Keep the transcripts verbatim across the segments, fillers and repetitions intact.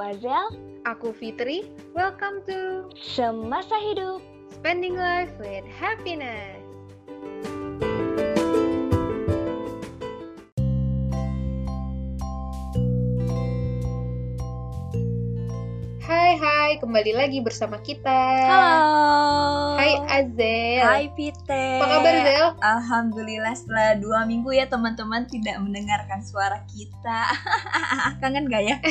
Azel. Aku Fitri. Welcome to Semasa Hidup, Spending Life with Happiness. Hai hai, kembali lagi bersama kita. Halo. Hai Azel. Hai Pite. Apa kabar Zel? Alhamdulillah setelah dua minggu ya teman-teman tidak mendengarkan suara kita. Kangen gak ya?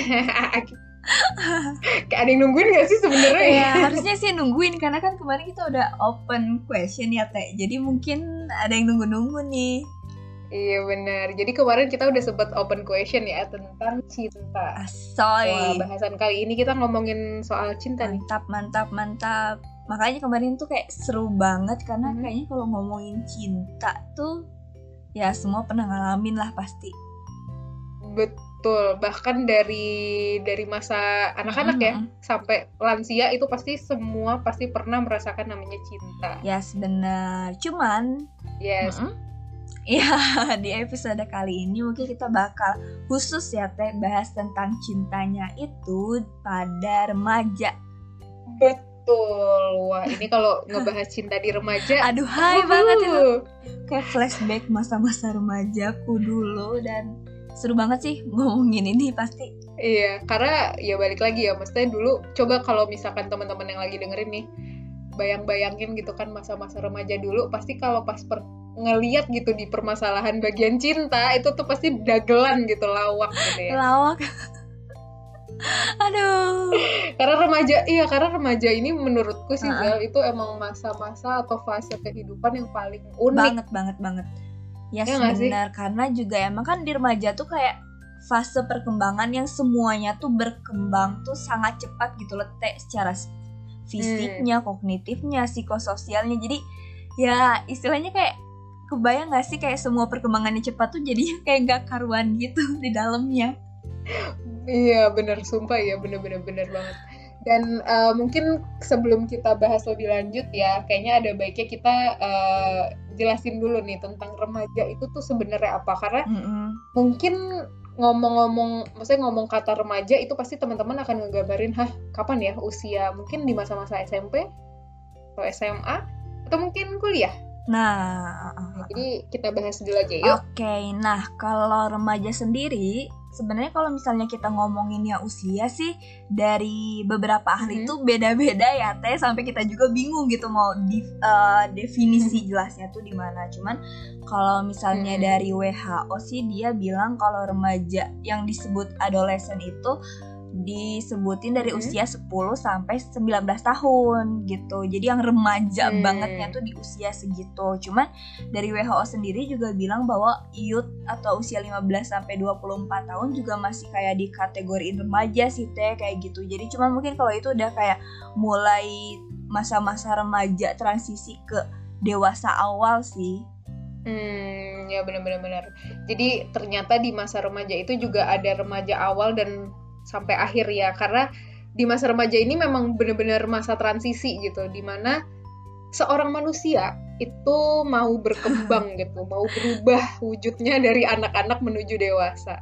Kayak ada yang nungguin gak sih sebenarnya? Ya harusnya sih nungguin karena kan kemarin kita udah open question ya Teh. Jadi mungkin ada yang nunggu-nunggu nih. Iya benar. Jadi kemarin kita udah sempat open question ya tentang cinta. Asoy. Wah, bahasan kali ini kita ngomongin soal cinta nih. Mantap, mantap, mantap. Makanya kemarin tuh kayak seru banget karena hmm. kayaknya kalau ngomongin cinta tuh ya semua pernah ngalamin lah pasti. Betul. Bahkan dari dari masa anak-anak mm-hmm. ya sampai lansia itu pasti semua pasti pernah merasakan namanya cinta. Yes, benar. Cuman yes. Mm-hmm. Ya, di episode kali ini mungkin kita bakal khusus ya Teh bahas tentang cintanya itu pada remaja. Betul. Wah, ini kalau ngebahas cinta di remaja, aduh hai uh. banget itu. Kayak flashback masa-masa remajaku dulu dan seru banget sih ngomongin ini pasti. Iya, karena ya balik lagi ya, maksudnya dulu coba kalau misalkan teman-teman yang lagi dengerin nih bayang-bayangin gitu kan masa-masa remaja dulu, pasti kalau pas per ngeliat gitu di permasalahan bagian cinta itu tuh pasti dagelan gitu, lawak gitu ya. Lawak. Aduh. Karena remaja, iya karena remaja ini menurutku sih uh-uh. Zal, itu emang masa-masa atau fase kehidupan yang paling unik. Banget banget banget. Ya, ya benar, karena juga emang kan di remaja tuh kayak fase perkembangan yang semuanya tuh berkembang tuh sangat cepat gitu loh Teh, secara fisiknya, hmm. kognitifnya, psikososialnya. Jadi ya istilahnya kayak kebayang gak sih kayak semua perkembangannya cepat tuh jadinya kayak gak karuan gitu di dalamnya. Iya benar, sumpah ya, benar-benar benar banget. Dan uh, mungkin sebelum kita bahas lebih lanjut ya, kayaknya ada baiknya kita uh, jelasin dulu nih tentang remaja itu tuh sebenarnya apa. Karena mm-hmm. mungkin ngomong-ngomong, maksudnya ngomong kata remaja itu pasti teman-teman akan ngegambarin, hah kapan ya usia, mungkin di masa-masa S M P atau S M A atau mungkin kuliah. Nah, nah, jadi kita bahas dulu aja yuk. Oke, okay, nah kalau remaja sendiri, sebenarnya kalau misalnya kita ngomongin ya usia sih dari beberapa ahli itu hmm. beda-beda ya Teh, sampai kita juga bingung gitu mau di, uh, definisi jelasnya tuh di mana. Cuman kalau misalnya hmm. dari W H O sih dia bilang kalau remaja yang disebut adolescent itu disebutin dari hmm. usia sepuluh sampai sembilan belas tahun gitu. Jadi yang remaja hmm. bangetnya tuh di usia segitu. Cuman dari W H O sendiri juga bilang bahwa youth atau usia lima belas sampai dua puluh empat tahun juga masih kayak di kategori remaja sih Teh, kayak gitu. Jadi cuman mungkin kalau itu udah kayak mulai masa-masa remaja transisi ke dewasa awal sih. Hmm, ya benar-benar. Jadi ternyata di masa remaja itu juga ada remaja awal dan sampai akhir ya, karena di masa remaja ini memang benar-benar masa transisi gitu, dimana seorang manusia itu mau berkembang gitu, mau berubah wujudnya dari anak-anak menuju dewasa.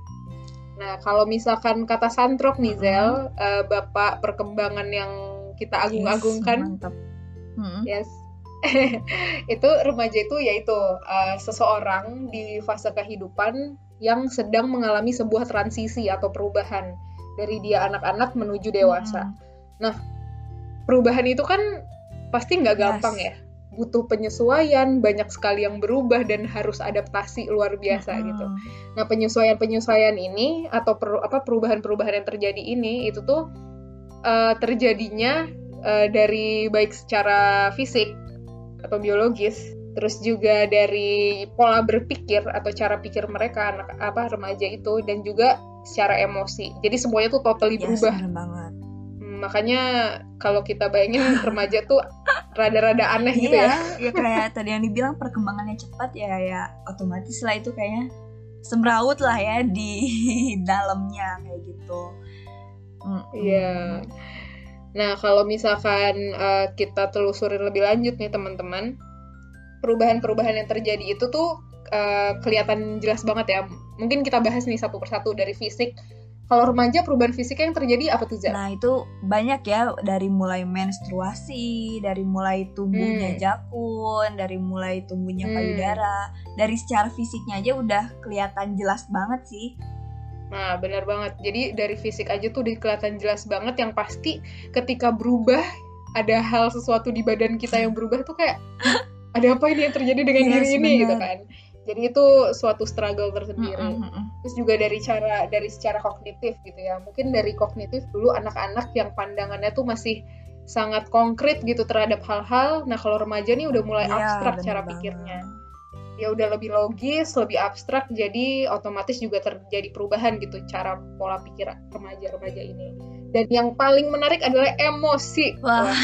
Nah kalau misalkan kata Santrok nih Zel, uh, bapak perkembangan yang kita agung-agungkan, yes, hmm. yes, itu remaja itu yaitu uh, seseorang di fase kehidupan yang sedang mengalami sebuah transisi atau perubahan dari dia anak-anak menuju dewasa. Hmm. Nah, perubahan itu kan pasti nggak gampang yes. ya, butuh penyesuaian, banyak sekali yang berubah dan harus adaptasi luar biasa hmm. gitu. Nah, penyesuaian-penyesuaian ini atau per, apa perubahan-perubahan yang terjadi ini itu tuh uh, terjadinya uh, dari baik secara fisik atau biologis, terus juga dari pola berpikir atau cara pikir mereka anak apa remaja itu, dan juga secara emosi. Jadi semuanya tuh totally yes, berubah. Banget. Hmm, makanya kalau kita bayangin remaja tuh rada-rada aneh gitu ya. ya. Ya kayak tadi yang dibilang perkembangannya cepat ya, ya otomatis lah itu kayaknya semrawut lah ya di dalamnya kayak gitu. Iya. Mm-hmm. Nah, kalau misalkan uh, kita telusurin lebih lanjut nih teman-teman, perubahan-perubahan yang terjadi itu tuh uh, kelihatan jelas banget ya. Mungkin kita bahas nih satu persatu dari fisik. Kalau remaja perubahan fisiknya yang terjadi apa tuh, Zah? Nah itu banyak ya, dari mulai menstruasi, dari mulai tumbuhnya Hmm. jakun, dari mulai tumbuhnya Hmm. payudara. Dari secara fisiknya aja udah kelihatan jelas banget sih. Nah, benar banget. Jadi dari fisik aja tuh udah kelihatan jelas banget. Yang pasti ketika berubah, ada hal sesuatu di badan kita yang berubah tuh kayak ada apa ini yang terjadi dengan Yes, diri ini bener. gitu kan. Jadi itu suatu struggle tersendiri. Mm, mm, mm. Terus juga dari cara dari secara kognitif gitu ya. Mungkin dari kognitif dulu anak-anak yang pandangannya tuh masih sangat konkret gitu terhadap hal-hal. Nah, kalau remaja nih udah mulai Iya, abstrak bener cara banget. pikirnya. Ya udah lebih logis, lebih abstrak, jadi otomatis juga terjadi perubahan gitu cara pola pikir remaja-remaja ini. Dan yang paling menarik adalah emosi. Wah. Wah.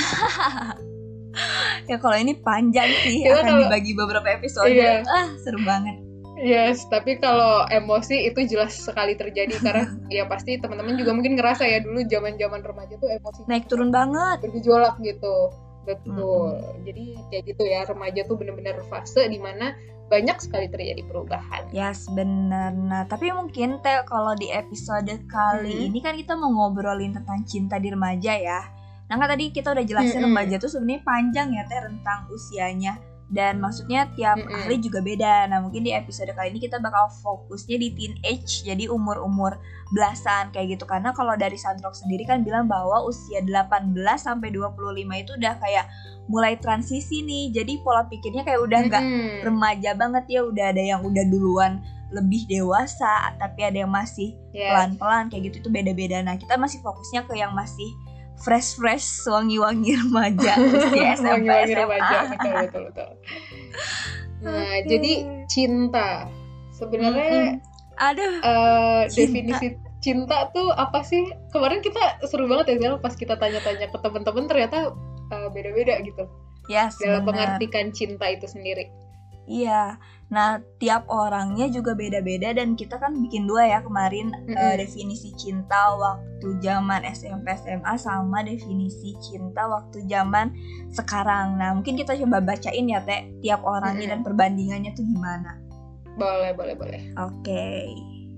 Ya kalau ini panjang sih, Kita akan kalau- dibagi beberapa episode. Iya. Ah, seru banget. Yes, tapi kalau emosi itu jelas sekali terjadi karena ya pasti teman-teman juga mungkin ngerasa ya dulu zaman-zaman remaja tuh emosi Naik turun banget. bergejolak gitu. Betul. Jadi kayak gitu ya, remaja tuh benar-benar fase di mana banyak sekali terjadi perubahan. Yes, bener. Nah, tapi mungkin Teh kalau di episode kali Hmm. ini kan kita mau ngobrolin tentang cinta di remaja ya. Nah, kan tadi kita udah jelasin Mm-mm. remaja tuh sebenarnya panjang ya Teh rentang usianya. Dan maksudnya tiap Mm-mm. ahli juga beda. Nah, mungkin di episode kali ini kita bakal fokusnya di teenage, jadi umur-umur belasan kayak gitu. Karena kalau dari Sandrock sendiri kan bilang bahwa usia delapan belas sampai dua puluh lima itu udah kayak mulai transisi nih. Jadi pola pikirnya kayak udah nggak Mm-mm. remaja banget ya, udah ada yang udah duluan lebih dewasa, tapi ada yang masih Yes. pelan-pelan kayak gitu, itu beda-beda. Nah, kita masih fokusnya ke yang masih fresh-fresh, wangi-wangi remaja, usia S M P, Wangi-wangi S M A. remaja, betul betul betul. Nah, Oke. jadi cinta sebenarnya Mm-mm. Aduh, eh, Cinta. definisi cinta tuh apa sih? Kemarin kita seru banget ya Zel, pas kita tanya-tanya ke teman-teman ternyata eh, beda-beda gitu yes, dalam benar. mengartikan cinta itu sendiri. Iya, nah tiap orangnya juga beda-beda dan kita kan bikin dua ya kemarin, Mm-mm. eh, definisi cinta waktu zaman S M P S M A sama definisi cinta waktu zaman sekarang. Nah mungkin kita coba bacain ya Teh tiap orangnya Mm-mm. dan perbandingannya tuh gimana. Boleh, boleh, boleh. Oke,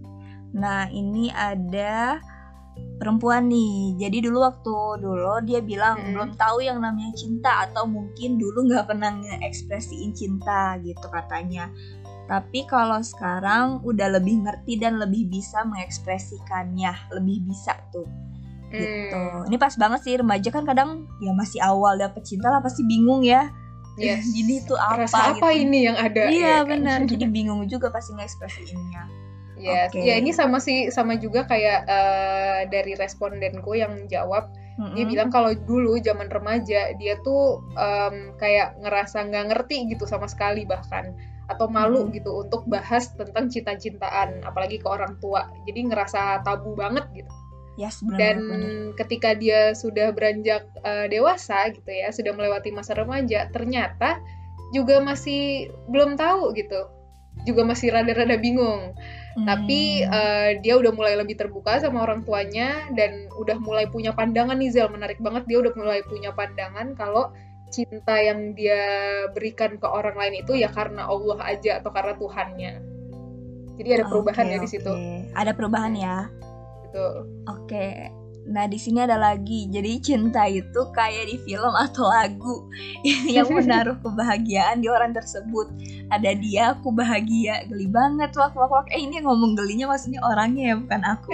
nah ini ada perempuan nih. Jadi dulu waktu dulu dia bilang Mm-mm. belum tahu yang namanya cinta, atau mungkin dulu nggak pernah nge-ekspresiin cinta gitu katanya. Tapi kalau sekarang udah lebih ngerti dan lebih bisa mengekspresikannya, lebih bisa tuh gitu. Hmm, Ini pas banget sih, remaja kan kadang ya masih awal dapet cinta lah pasti bingung ya. yes. Jadi itu apa Rasa apa gitu. ini yang ada? Iya ya kan? benar. Jadi bingung juga pasti ngekspresiinnya. Yes. Oke. Ya ini sama sih, sama juga kayak eh, dari respondenku yang jawab. Dia Mm-mm. bilang kalau dulu zaman remaja dia tuh em, kayak ngerasa nggak ngerti gitu sama sekali bahkan, atau malu Mm-mm. gitu untuk bahas tentang cinta-cintaan apalagi ke orang tua. Jadi ngerasa tabu banget gitu. Yes, benar Dan benar. ketika dia sudah beranjak eh, dewasa gitu ya, sudah melewati masa remaja, ternyata juga masih belum tahu gitu. Juga masih rada-rada bingung. Tapi Hmm. uh, dia udah mulai lebih terbuka sama orang tuanya dan udah mulai punya pandangan nih Zel, menarik banget, dia udah mulai punya pandangan kalau cinta yang dia berikan ke orang lain itu ya karena Allah aja atau karena Tuhannya. Jadi ada perubahan Oke, ya di oke. situ. Ada perubahan ya. Betul. Oke. Nah, di sini ada lagi. Jadi cinta itu kayak di film atau lagu yang menaruh kebahagiaan di orang tersebut. Ada dia, aku bahagia. Geli banget, wak wak wak. Eh, ini yang ngomong gelinya maksudnya orangnya ya, bukan aku.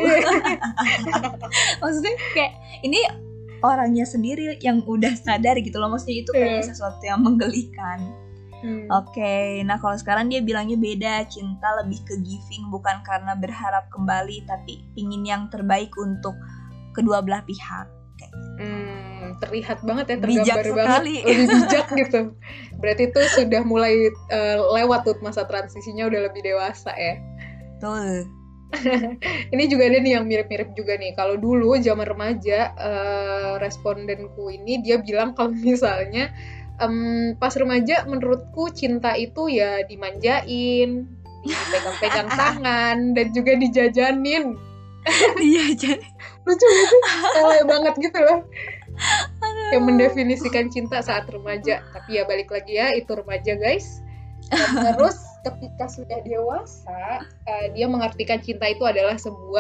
Maksudnya kayak ini orangnya sendiri yang udah sadar gitu loh. Maksudnya itu kayak Iya. sesuatu yang menggelikan. Hmm. Oke, nah kalau sekarang dia bilangnya beda. Cinta lebih ke giving, bukan karena berharap kembali, tapi ingin yang terbaik untuk kedua belah pihak. Hmm, terlihat banget ya, Bijak tergambar banget, sekali. lebih bijak gitu. Berarti itu sudah mulai uh, lewat tuh masa transisinya, udah lebih dewasa ya. Betul. Ini juga ada nih yang mirip-mirip juga nih. Kalau dulu zaman remaja, uh, respondenku ini dia bilang kalau misalnya um, pas remaja menurutku cinta itu ya dimanjain, dipegang-pegang tangan, dan juga dijajanin. Iya, jadi Lucu gitu, tele banget gitu loh. Yang mendefinisikan cinta saat remaja. Tapi ya balik lagi ya, itu remaja guys. Dan terus ketika sudah dewasa, uh, dia mengartikan cinta itu adalah sebuah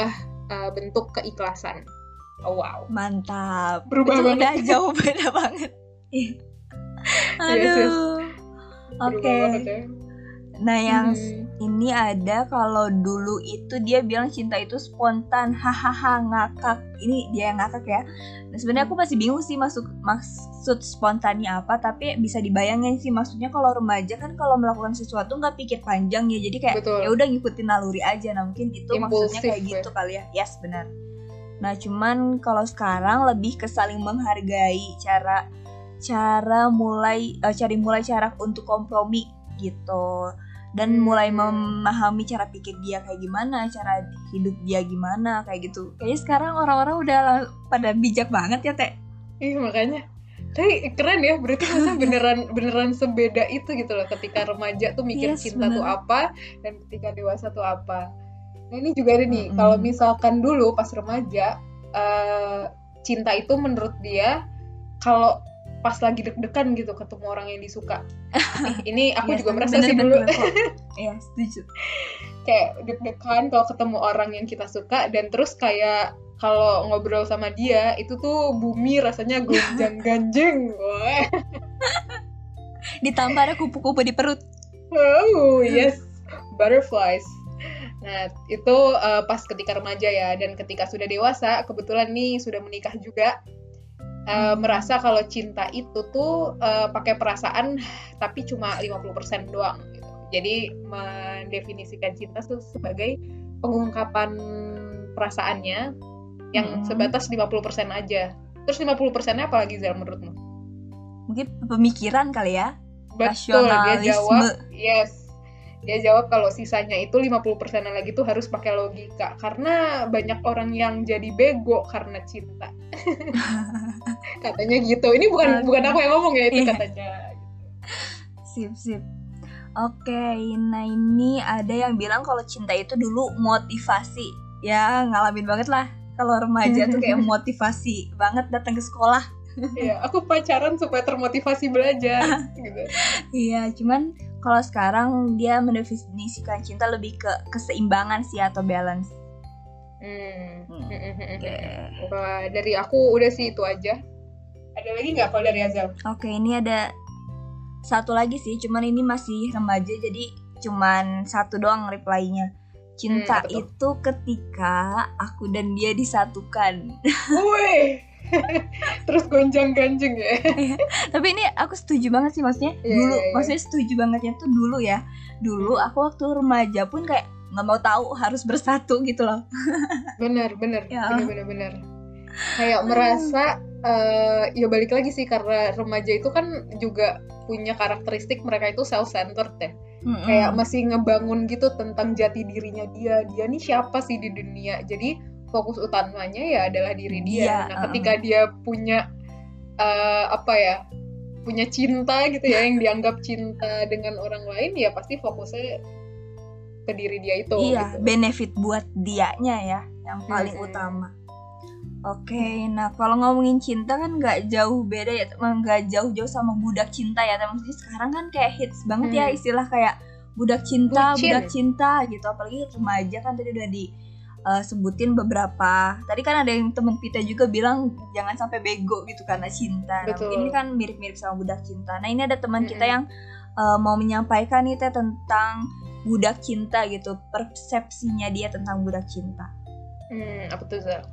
uh, bentuk keikhlasan. Oh wow. Mantap. Berubah itu banget. Udah jauh beda banget. Aduh. Yes, yes. Oke. Okay. Ya. Nah yang hmm. ini ada kalau dulu itu dia bilang cinta itu spontan, hahaha ngakak. Ini dia yang ngakak ya. Nah sebenarnya aku masih bingung sih maksud maksud spontannya apa, tapi bisa dibayangin sih maksudnya kalau remaja kan kalau melakukan sesuatu nggak pikir panjang ya, jadi kayak ya udah ngikutin naluri aja. Nah mungkin itu Impulsif, maksudnya kayak ya. gitu kali ya. Yes benar. Nah cuman kalau sekarang lebih ke saling menghargai, cara cara mulai uh, cari mulai cara untuk kompromi gitu. Dan mulai memahami cara pikir dia kayak gimana, cara hidup dia gimana, kayak gitu. Kayaknya sekarang orang-orang udah pada bijak banget ya, Teh. Iya, makanya. Tapi keren ya, berarti masa beneran beneran sebeda itu gitu loh. Ketika remaja tuh mikir yes, cinta bener. tuh apa, dan ketika dewasa tuh apa. Nah ini juga ada nih, mm-hmm. kalau misalkan dulu pas remaja, uh, cinta itu menurut dia, kalau pas lagi deg-degan gitu ketemu orang yang disuka. Eh, ini aku yes, juga merasa bener, sih dulu. Iya, setuju. Kayak deg-degan kalau ketemu orang yang kita suka, dan terus kayak kalau ngobrol sama dia itu tuh bumi rasanya gonjang-ganjing. Ditambah ada kupu-kupu di perut. Oh, yes. Butterflies. Nah, itu uh, pas ketika remaja ya, dan ketika sudah dewasa, kebetulan nih sudah menikah juga. Uh, merasa kalau cinta itu tuh uh, pakai perasaan tapi cuma lima puluh persen doang gitu. Jadi mendefinisikan cinta tuh sebagai pengungkapan perasaannya yang hmm. sebatas lima puluh persen aja. Terus lima puluh persennya apa lagi Zal menurutmu? Mungkin pemikiran kali ya. Betul, dia jawab yes. Dia jawab kalau sisanya itu lima puluh persen lagi tuh harus pakai logika. Karena banyak orang yang jadi bego karena cinta. Katanya gitu. Ini bukan okay. bukan aku yang ngomong ya, itu katanya. Sip, sip. Oke, okay, nah ini ada yang bilang kalau cinta itu dulu motivasi. Ya, ngalamin banget lah. Kalau remaja tuh kayak motivasi banget datang ke sekolah. Iya, aku pacaran supaya termotivasi belajar gitu. Iya, cuman kalau sekarang dia mendefinisikan cinta lebih ke keseimbangan sih atau balance. Hmm. hmm. Okay. Wah, dari aku udah sih itu aja. Ada lagi nggak kalau dari Azal? Oke, okay, ini ada satu lagi sih, cuman ini masih remaja jadi cuman satu doang reply-nya. Cinta hmm, itu ketika aku dan dia disatukan. Woi. Terus gonjang-ganjing ya. Tapi ini aku setuju banget sih maksudnya yeah, dulu, yeah, yeah. maksudnya setuju bangetnya tuh dulu ya. Dulu hmm. aku waktu remaja pun kayak nggak mau tahu harus bersatu gitu loh. Bener bener ya. bener bener bener. Kayak merasa uh, ya balik lagi sih karena remaja itu kan juga punya karakteristik mereka itu self-centered ya. Mm-hmm. Kayak masih ngebangun gitu tentang jati dirinya dia. Dia nih siapa sih di dunia? Jadi fokus utamanya ya adalah diri dia. Yeah, nah, ketika uh. dia punya uh, apa ya, punya cinta gitu ya, yang dianggap cinta dengan orang lain, ya pasti fokusnya ke diri dia itu. Iya, gitu. Benefit buat dianya ya, yang paling hmm. utama. Oke, okay, nah kalau ngomongin cinta kan nggak jauh beda ya, nggak jauh-jauh sama budak cinta ya. Maksudnya sekarang kan kayak hits banget hmm. ya istilah kayak budak cinta, Bucin. budak cinta gitu. Apalagi remaja kan tadi udah di Uh, sebutin beberapa. Tadi kan ada yang temen Pita juga bilang jangan sampai bego gitu karena cinta. Nah, ini kan mirip-mirip sama budak cinta. Nah ini ada teman mm-hmm. kita yang uh, mau menyampaikan nih Teh tentang budak cinta gitu, persepsinya dia tentang budak cinta. Hmm, apa tuh Zal?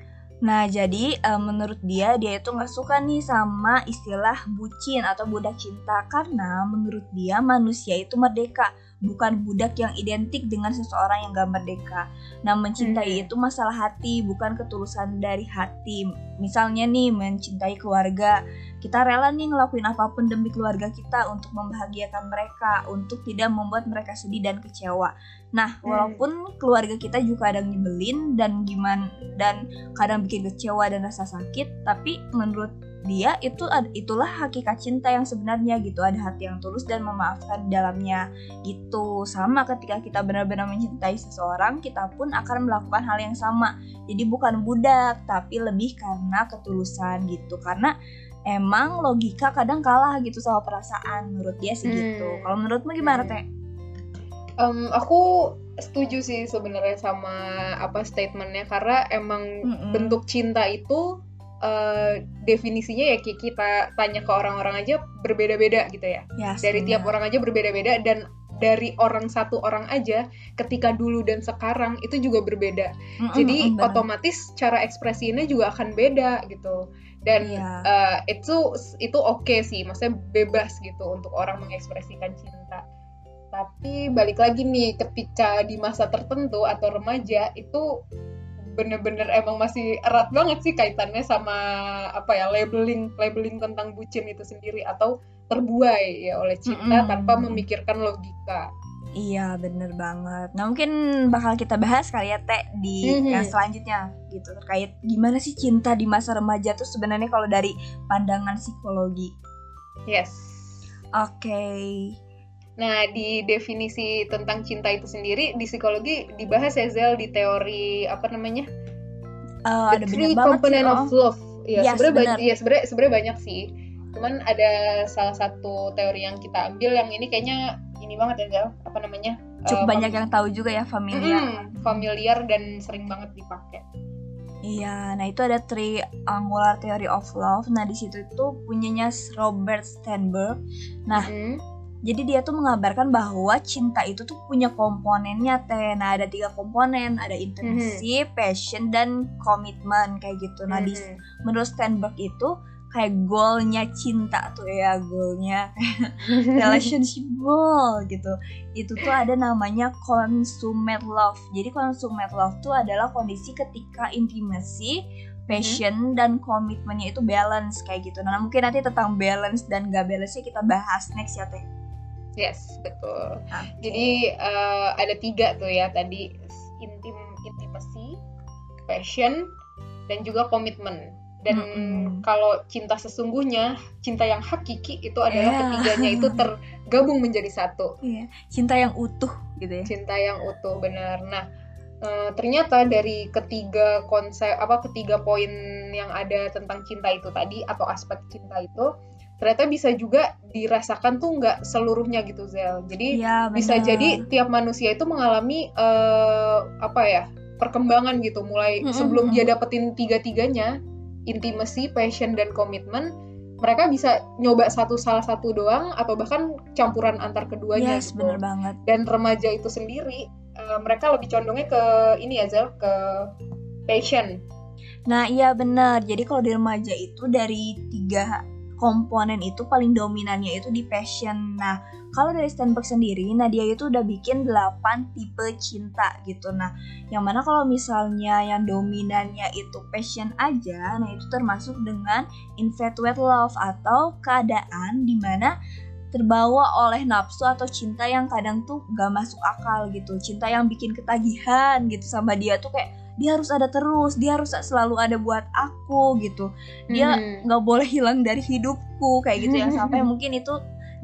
Nah jadi uh, menurut dia dia itu nggak suka nih sama istilah bucin atau budak cinta karena menurut dia manusia itu merdeka, bukan budak yang identik dengan seseorang yang gak merdeka. Nah mencintai hmm. itu masalah hati, bukan ketulusan dari hati. Misalnya nih mencintai keluarga, kita rela nih ngelakuin apapun demi keluarga kita untuk membahagiakan mereka, untuk tidak membuat mereka sedih dan kecewa. Nah walaupun hmm. keluarga kita juga kadang nyebelin dan gimana dan kadang bikin kecewa dan rasa sakit, tapi menurut dia itu itulah hakikat cinta yang sebenarnya gitu, ada hati yang tulus dan memaafkan di dalamnya gitu. Sama ketika kita benar-benar mencintai seseorang, kita pun akan melakukan hal yang sama. Jadi bukan budak tapi lebih karena ketulusan gitu, karena emang logika kadang kalah gitu sama perasaan menurut dia sih hmm. gitu. Kalau menurutmu gimana Teh? Um, aku setuju sih sebenarnya sama apa statementnya, karena emang Mm-mm. bentuk cinta itu uh, definisinya ya kita tanya ke orang-orang aja berbeda-beda gitu ya. Yes, dari bener. Tiap orang aja berbeda-beda, dan dari orang satu orang aja ketika dulu dan sekarang itu juga berbeda. Mm-mm, Jadi mm, otomatis cara ekspresinya juga akan beda gitu. Dan yeah. uh, itu itu oke okay sih, maksudnya bebas gitu untuk orang mengekspresikan cinta. Tapi balik lagi nih, ketika di masa tertentu atau remaja itu bener-bener emang masih erat banget sih kaitannya sama apa ya, labeling labeling tentang bucin itu sendiri, atau terbuai ya oleh cinta mm-hmm. tanpa memikirkan logika. Iya, bener banget. Nah, mungkin bakal kita bahas kali ya, Teh, di mm-hmm. yang selanjutnya gitu, terkait gimana sih cinta di masa remaja tuh sebenarnya kalau dari pandangan psikologi. Yes. Oke. Okay. Nah, di definisi tentang cinta itu sendiri di psikologi dibahas ya, Zel, di teori apa namanya? Uh, The three component sih, of love. Ya, yes, sebenarnya banyak, ya sebenarnya sebenarnya banyak sih. Cuman ada salah satu teori yang kita ambil yang ini kayaknya ini banget ya, Zel, apa namanya? Cukup uh, banyak fam- yang tahu juga ya, familiar. Mm, familiar dan sering banget dipakai. Iya, nah itu ada triangular theory of love. Nah, di situ itu punyanya Robert Sternberg. Nah, mm-hmm. jadi dia tuh mengabarkan bahwa cinta itu tuh punya komponennya, Teh. Nah, ada tiga komponen, ada intimacy, mm-hmm. passion, dan komitmen kayak gitu. Nah, mm-hmm. di, menurut Sternberg itu kayak goalnya cinta tuh ya, goalnya relationship goal gitu. Itu tuh ada namanya consummate love. Jadi consummate love tuh adalah kondisi ketika intimacy, passion, mm-hmm. dan komitmennya itu balance kayak gitu. Nah, mungkin nanti tentang balance dan gak balance-nya kita bahas next ya, Teh. Yes, betul. Okay. Jadi uh, ada tiga tuh ya tadi, intim, intimacy, passion, dan juga komitmen. Dan mm-hmm. kalau cinta sesungguhnya, cinta yang hakiki itu adalah yeah. ketiganya itu tergabung menjadi satu. Yeah. Cinta yang utuh gitu ya. Cinta yang utuh, benar. Nah, uh, ternyata dari ketiga konsep apa ketiga poin yang ada tentang cinta itu tadi atau aspek cinta itu, ternyata bisa juga dirasakan tuh nggak seluruhnya gitu, Zel. Jadi ya, bisa jadi tiap manusia itu mengalami uh, apa ya perkembangan gitu, mulai mm-hmm. sebelum dia dapetin tiga-tiganya, intimacy, passion, dan komitmen, mereka bisa nyoba satu salah satu doang atau bahkan campuran antar keduanya. Yes, gitu. Bener banget. Dan remaja itu sendiri uh, mereka lebih condongnya ke ini ya, Zel, ke passion. Nah iya benar. Jadi kalau di remaja itu dari tiga komponen itu paling dominannya itu di passion. Nah, kalau dari Sternberg sendiri, nah dia itu udah bikin delapan tipe cinta gitu. Nah, yang mana kalau misalnya yang dominannya itu passion aja, nah itu termasuk dengan infatuated love atau keadaan di mana terbawa oleh nafsu atau cinta yang kadang tuh gak masuk akal gitu. Cinta yang bikin ketagihan gitu sama dia tuh kayak dia harus ada terus, dia harus selalu ada buat aku gitu. Dia nggak hmm. boleh hilang dari hidupku kayak gitu ya, sampai mungkin itu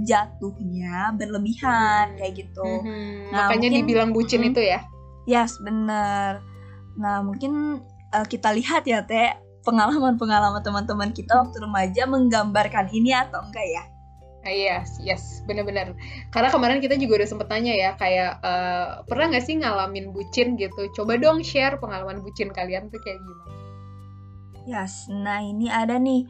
jatuhnya berlebihan kayak gitu. Hmm. Nah, makanya mungkin, dibilang bucin hmm, itu ya? Yes, bener. Nah mungkin uh, kita lihat ya Teh, pengalaman-pengalaman teman-teman kita waktu remaja menggambarkan ini atau enggak ya? Ah, yes, yes, benar-benar. Karena kemarin kita juga udah sempet tanya ya, kayak uh, pernah nggak sih ngalamin bucin gitu? Coba dong share pengalaman bucin kalian tuh kayak gimana? Yes, nah ini ada nih,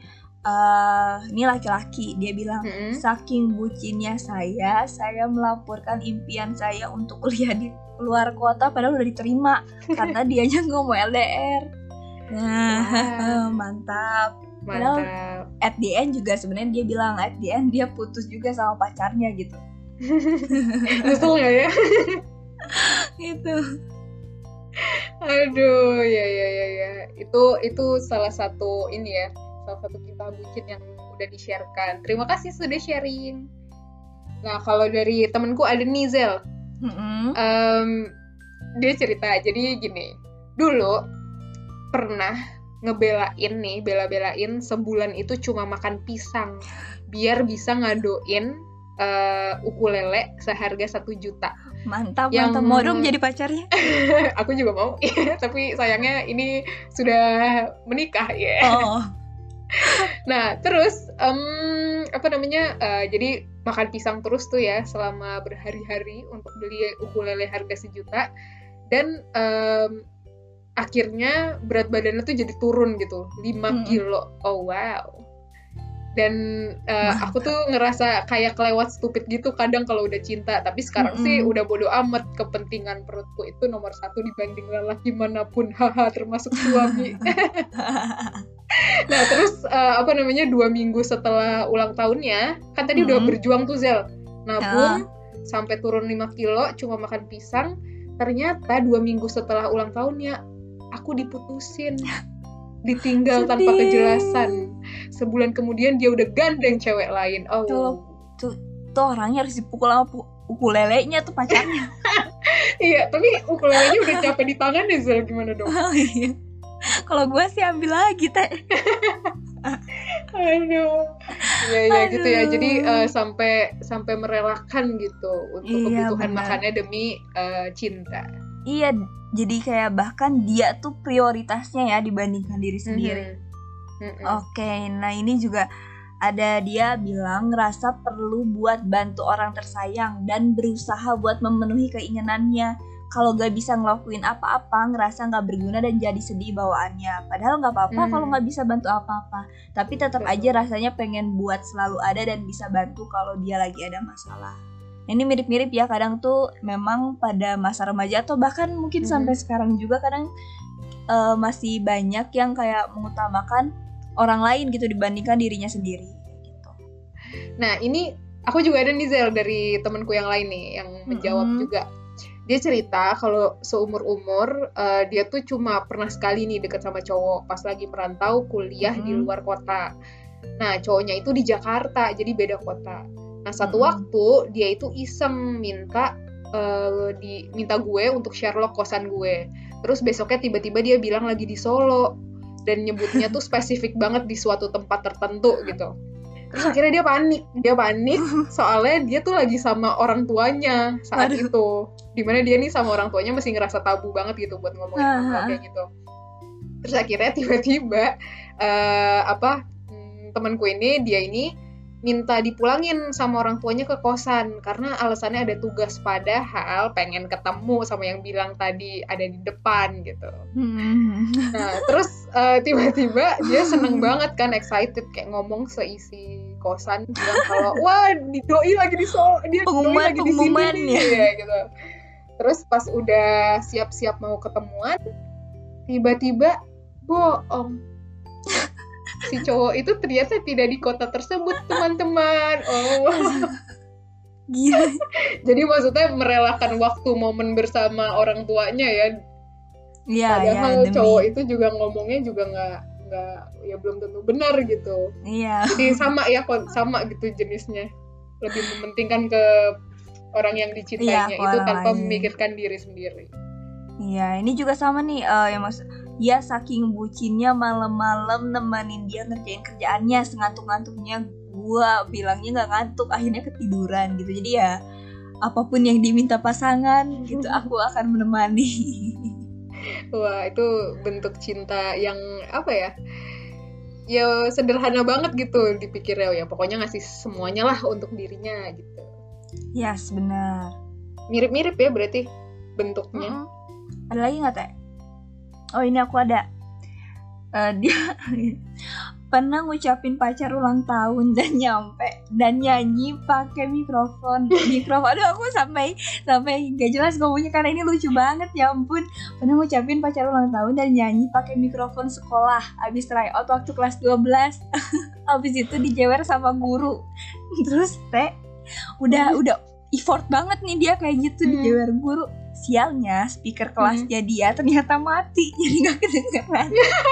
uh, ini laki-laki, dia bilang mm-hmm. saking bucinnya saya, saya melaporkan impian saya untuk kuliah di luar kota, padahal udah diterima karena dianya nggak mau L D R. Nah, wow. mantap. Padahal at the end juga sebenarnya dia bilang at the end dia putus juga sama pacarnya gitu. Betul nggak ya? Itu. Aduh, ya ya ya ya. Itu itu salah satu ini ya, salah satu kisah bucin yang udah di-sharekan. Terima kasih sudah sharing. Nah, kalau dari temanku ada nih, Zel. Mm-hmm. Um, dia cerita, jadi gini. Dulu pernah ngebelain nih, bela-belain sebulan itu cuma makan pisang biar bisa ngadoin uh, ukulele seharga satu juta. Mantap, yang... mantap. Mau dong jadi pacarnya? Aku juga mau, tapi sayangnya ini sudah menikah ya. Yeah. Oh. Nah, terus um, apa namanya? Uh, jadi makan pisang terus tuh ya selama berhari-hari untuk beli ukulele harga sejuta. Dan um, akhirnya berat badannya tuh jadi turun gitu, lima kilo. Oh wow. Dan uh, aku tuh ngerasa kayak kelewat stupid gitu kadang kalau udah cinta. Tapi sekarang mm-hmm. sih udah bodo amat, kepentingan perutku itu nomor satu dibanding lelaki manapun, haha, termasuk suami. Nah terus uh, apa namanya dua minggu setelah ulang tahunnya, kan tadi mm-hmm. udah berjuang tuh Zel, nabung uh. sampai turun lima kilo cuma makan pisang. Ternyata dua minggu setelah ulang tahunnya aku diputusin, ditinggal Sedih. tanpa kejelasan. Sebulan kemudian dia udah gandeng cewek lain. Oh, tuh, tuh, tuh orangnya harus dipukul sama pu- ukulelenya tuh pacarnya. Iya, tapi ukulelenya udah capek di tangan ya Zel, gimana dong? Oh, iya. Kalau gue sih ambil lagi teh. Aduh, ya ya gitu ya. Jadi uh, sampai sampai merelakan gitu untuk iya, kebutuhan bener. makannya demi uh, cinta. Iya, jadi kayak bahkan dia tuh prioritasnya ya dibandingkan diri sendiri. Mm-hmm. Mm-hmm. Oke, nah ini juga ada dia bilang ngerasa perlu buat bantu orang tersayang dan berusaha buat memenuhi keinginannya. Kalau gak bisa ngelakuin apa-apa, ngerasa gak berguna dan jadi sedih bawaannya. Padahal gak apa-apa hmm. kalau gak bisa bantu apa-apa. Tapi tetap aja rasanya pengen buat selalu ada dan bisa bantu kalau dia lagi ada masalah. Ini mirip-mirip ya, kadang tuh memang pada masa remaja atau bahkan mungkin hmm. sampai sekarang juga kadang uh, masih banyak yang kayak mengutamakan orang lain gitu dibandingkan dirinya sendiri gitu. Nah ini aku juga ada nih Zel dari temanku yang lain nih yang menjawab hmm. juga. Dia cerita kalau seumur-umur uh, dia tuh cuma pernah sekali nih deket sama cowok pas lagi merantau kuliah hmm. di luar kota. Nah cowoknya itu di Jakarta, jadi beda kota. Nah satu hmm. waktu dia itu iseng minta uh, di minta gue untuk Sherlock kosan gue. Terus besoknya tiba-tiba dia bilang lagi di Solo dan nyebutnya tuh spesifik banget di suatu tempat tertentu gitu. Terus akhirnya dia panik, dia panik soalnya dia tuh lagi sama orang tuanya saat Aduh. itu. Dimana dia nih sama orang tuanya masih ngerasa tabu banget gitu buat ngomongin hal kayak gitu. Terus akhirnya tiba-tiba uh, apa hmm, temanku ini dia ini minta dipulangin sama orang tuanya ke kosan karena alasannya ada tugas, padahal pengen ketemu sama yang bilang tadi ada di depan gitu. Hmm. Nah terus uh, tiba-tiba dia seneng banget kan, excited kayak ngomong seisi kosan bilang kalau wah doi lagi di so dia pengumuman, doi lagi di sini ya. ya gitu. Terus pas udah siap-siap mau ketemuan, tiba-tiba bohong. Si cowok itu ternyata tidak di kota tersebut, teman-teman. Oh. Gila. Jadi maksudnya merelakan waktu momen bersama orang tuanya ya. Iya, padahal ya, cowok itu juga ngomongnya juga nggak nggak ya belum tentu benar gitu. Iya. Jadi sama ya sama gitu jenisnya. Lebih mementingkan ke orang yang dicintainya ya, itu tanpa lain. memikirkan diri sendiri. Iya, ini juga sama nih uh, yang mas, ya saking bucinnya malam-malam nemenin dia ngerjain kerjaannya, sengantuk-ngantuknya gua bilangnya nggak ngantuk, akhirnya ketiduran gitu. Jadi ya apapun yang diminta pasangan gitu aku akan menemani. Wah itu bentuk cinta yang apa ya? Ya sederhana banget gitu dipikirnya ya. Pokoknya ngasih semuanya lah untuk dirinya gitu. Yes, benar. Mirip-mirip ya berarti bentuknya. Mm-hmm. Ada lagi nggak Teh? Oh ini aku ada. Uh, dia pernah ngucapin pacar ulang tahun dan nyampe dan nyanyi pakai mikrofon. Mikrofon. Aduh aku sampai sampai nggak jelas ngomongnya karena ini lucu banget ya ampun. Pernah ngucapin pacar ulang tahun dan nyanyi pakai mikrofon sekolah. Abis tryout waktu kelas dua belas. Abis itu dijewer sama guru. Terus Teh udah udah effort banget nih dia kayak gitu hmm. dijewer guru. Sialnya speaker kelasnya hmm. dia ternyata mati, jadi nggak kedengeran.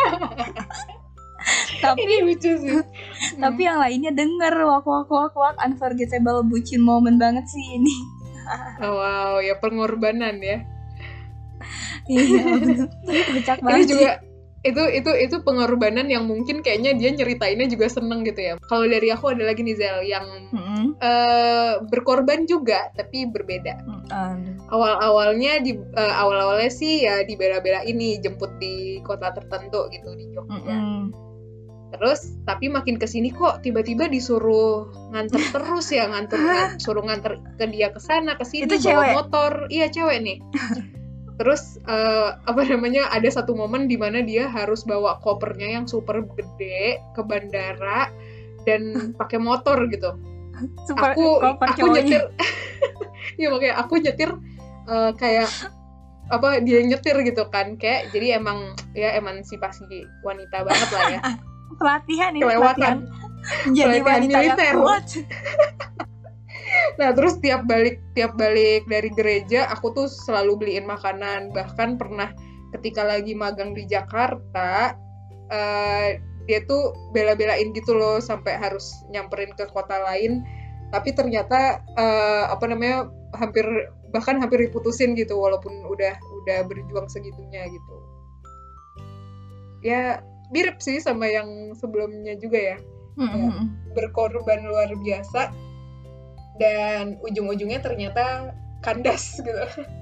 Tapi ini lucu sih. Tapi hmm. yang lainnya denger wak wak wak wak unforgettable bucin moment banget sih ini. Oh, wow, ya pengorbanan ya. Iya, kocak banget. Ini juga itu itu itu pengorbanan yang mungkin kayaknya dia nyeritainnya juga seneng gitu ya. Kalau dari aku ada lagi nih Zel yang mm-hmm. uh, berkorban juga tapi berbeda. Mm-hmm. Awal-awalnya di uh, awal-awalnya sih ya dibela-bela ini jemput di kota tertentu gitu di Jogja. Mm-hmm. Terus tapi makin kesini kok tiba-tiba disuruh nganter terus ya, nganter, nganter suruh nganter ke dia ke sana ke sini bawa motor. Iya cewek nih. Terus uh, apa namanya ada satu momen di mana dia harus bawa kopernya yang super gede ke bandara dan pakai motor gitu. Super, aku aku nyetir. Ya makanya aku nyetir uh, kayak apa dia nyetir gitu kan, kayak jadi emang ya emansipasi wanita banget lah ya. Pelatihan ini kelewatan pelatihan. Jadi wanita militer. Yang kuat. Nah terus tiap balik tiap balik dari gereja aku tuh selalu beliin makanan, bahkan pernah ketika lagi magang di Jakarta uh, dia tuh bela-belain gitu loh sampai harus nyamperin ke kota lain, tapi ternyata uh, apa namanya hampir bahkan hampir diputusin gitu walaupun udah udah berjuang segitunya gitu. Ya mirip sih sama yang sebelumnya juga ya, mm-hmm. ya berkorban luar biasa dan ujung-ujungnya ternyata kandas gitu.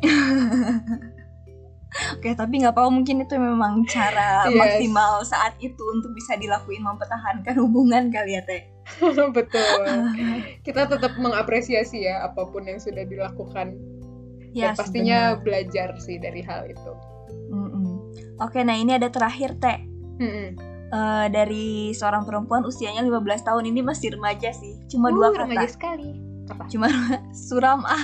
Oke, tapi nggak apa-apa, mungkin itu memang cara yes. maksimal saat itu untuk bisa dilakuin mempertahankan hubungan kali ya Teh. Betul. Kita tetap mengapresiasi ya apapun yang sudah dilakukan. Yes, dan pastinya benar. Belajar sih dari hal itu. Mm-mm. Oke, nah ini ada terakhir Teh. Uh, dari seorang perempuan usianya lima belas tahun, ini masih remaja sih, cuma uh, dua kata. Remaja sekali. Apa? Cuma suram ah.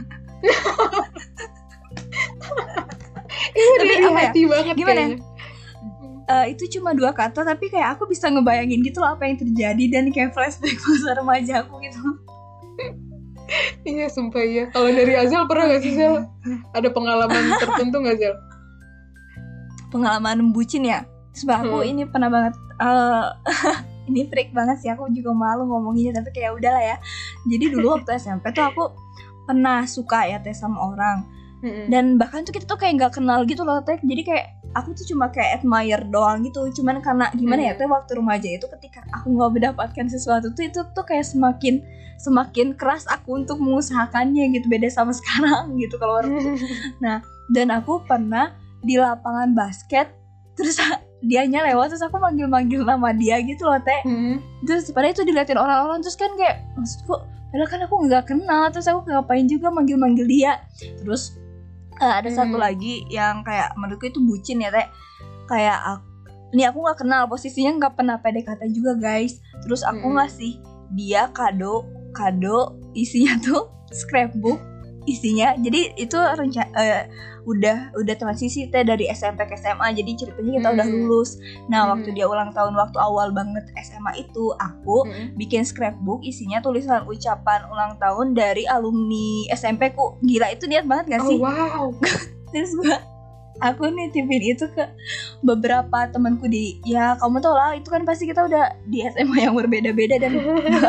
Ini dari hati ya? Banget gimana? Uh, itu cuma dua kata tapi kayak aku bisa ngebayangin gitu loh apa yang terjadi dan kayak flashback masa remaja aku gitu. Iya sumpah ya. Kalau dari Azel pernah gak sih Zel? Ada pengalaman tertentu gak Zel? Pengalaman bucin ya? Sebab aku hmm. ini pernah banget uh, ini freak banget sih, aku juga malu ngomonginnya tapi kayak udahlah ya. Jadi dulu waktu S M P tuh aku pernah suka ya Teh sama orang. Hmm. Dan bahkan tuh kita tuh kayak gak kenal gitu loh Teh. Jadi kayak aku tuh cuma kayak admire doang gitu. Cuman karena gimana hmm. ya Teh, waktu remaja itu ketika aku gak mendapatkan sesuatu tuh itu tuh kayak semakin semakin keras aku untuk mengusahakannya gitu. Beda sama sekarang gitu kalau orang. Nah, dan aku pernah di lapangan basket terus dianya lewat terus aku manggil-manggil nama dia gitu loh Teh. Hmm. Terus padahal itu diliatin orang-orang, terus kan kayak maksudku padahal kan aku nggak kenal, terus aku ngapain juga manggil-manggil dia. Terus uh, ada hmm. satu lagi yang kayak menurutku itu bucin ya Teh. Kayak aku, ini aku nggak kenal, posisinya nggak pernah P D K T juga guys. Terus aku hmm. ngasih dia kado kado isinya tuh scrapbook isinya. Jadi itu rencana uh, udah udah transisi Teh dari S M P ke S M A. Jadi ceritanya kita hmm. udah lulus. Nah, hmm. waktu dia ulang tahun waktu awal banget S M A itu, aku hmm. bikin scrapbook isinya tulisan ucapan ulang tahun dari alumni S M P ku. Gila, itu niat banget gak sih? Oh, wow. Terus gua aku nitipin itu ke beberapa temanku di, ya kamu tau lah itu kan pasti kita udah di S M A yang berbeda-beda dan